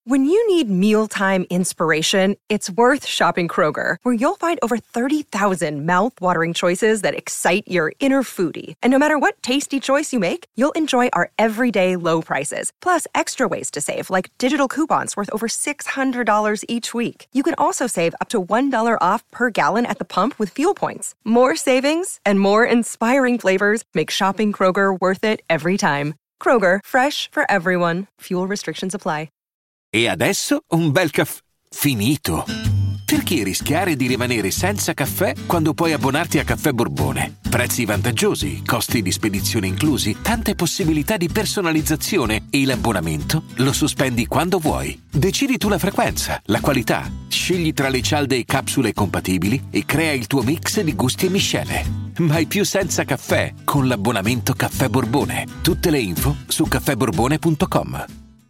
When you need mealtime inspiration, it's worth shopping Kroger, where you'll find over 30,000 mouth-watering choices that excite your inner foodie. And no matter what tasty choice you make, you'll enjoy our everyday low prices, plus extra ways to save, like digital coupons worth over $600 each week. You can also save up to $1 off per gallon at the pump with fuel points. More savings and more inspiring flavors make shopping Kroger worth it every time. Kroger, fresh for everyone. Fuel restrictions apply. E adesso un bel caffè finito. Perché rischiare di rimanere senza caffè quando puoi abbonarti a Caffè Borbone? Prezzi vantaggiosi, costi di spedizione inclusi, tante possibilità di personalizzazione e l'abbonamento lo sospendi quando vuoi. Decidi tu la frequenza, la qualità, scegli tra le cialde e capsule compatibili e crea il tuo mix di gusti e miscele. Mai più senza caffè con l'abbonamento Caffè Borbone. Tutte le info su caffèborbone.com.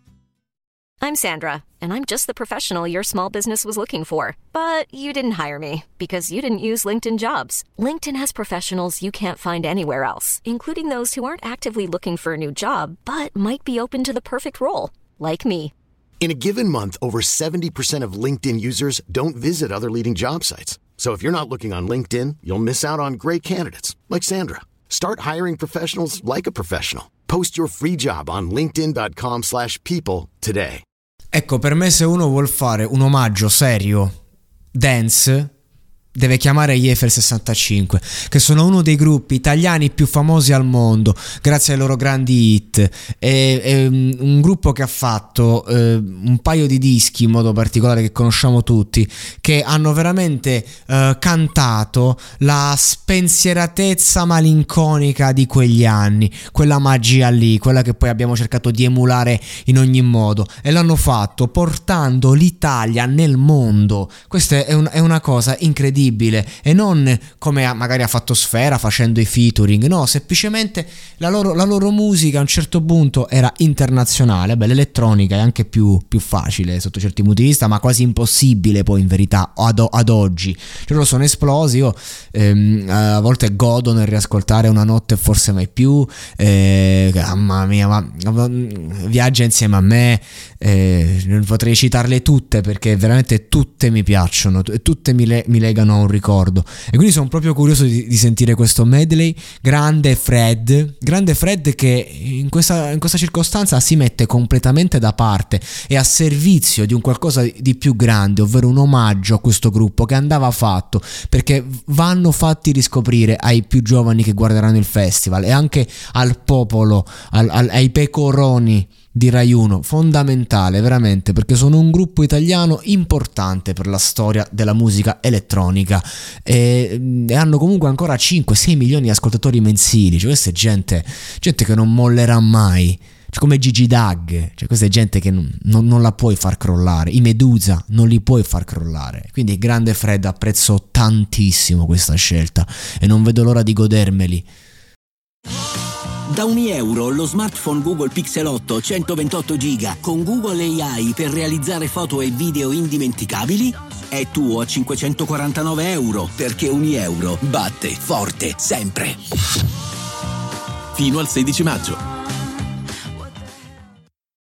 I'm Sandra, and I'm just the professional your small business was looking for. But you didn't hire me because you didn't use LinkedIn Jobs. LinkedIn has professionals you can't find anywhere else, including those who aren't actively looking for a new job, but might be open to the perfect role, like me. In a given month, over 70% of LinkedIn users don't visit other leading job sites. So if you're not looking on LinkedIn, you'll miss out on great candidates, like Sandra. Start hiring professionals like a professional. Post your free job on linkedin.com/people today. Ecco, per me se uno vuol fare un omaggio serio, dance, deve chiamare gli Eiffel 65, che sono uno dei gruppi italiani più famosi al mondo grazie ai loro grandi hit. È un gruppo che ha fatto un paio di dischi in modo particolare che conosciamo tutti, che hanno veramente cantato la spensieratezza malinconica di quegli anni, quella magia lì, quella che poi abbiamo cercato di emulare in ogni modo, e l'hanno fatto portando l'Italia nel mondo. Questa è una cosa incredibile, e non come magari ha fatto Sfera facendo i featuring, no, semplicemente la loro musica a un certo punto era internazionale. Beh, l'elettronica è anche più facile sotto certi punti di vista, ma quasi impossibile poi in verità ad oggi. Loro sono esplosi. Io a volte godo nel riascoltare Una notte forse mai più, mamma mia, ma Viaggia insieme a me, non potrei citarle tutte perché veramente tutte mi piacciono, tutte mi legano a un ricordo, e quindi sono proprio curioso di sentire questo medley. Grande Fred che in questa circostanza si mette completamente da parte e a servizio di un qualcosa di più grande, ovvero un omaggio a questo gruppo che andava fatto, perché vanno fatti riscoprire ai più giovani che guarderanno il festival e anche al popolo, ai pecoroni di Rai 1, fondamentale veramente, perché sono un gruppo italiano importante per la storia della musica elettronica e hanno comunque ancora 5-6 milioni di ascoltatori mensili. Cioè questa è gente che non mollerà mai, cioè come Gigi Dag, cioè questa è gente che non la puoi far crollare. I Medusa non li puoi far crollare. Quindi grande Fred, apprezzo tantissimo questa scelta e non vedo l'ora di godermeli. Da €1 lo smartphone Google Pixel 8 128 GB con Google AI per realizzare foto e video indimenticabili è tuo a €549, perché €1 batte forte sempre. Fino al 16 maggio.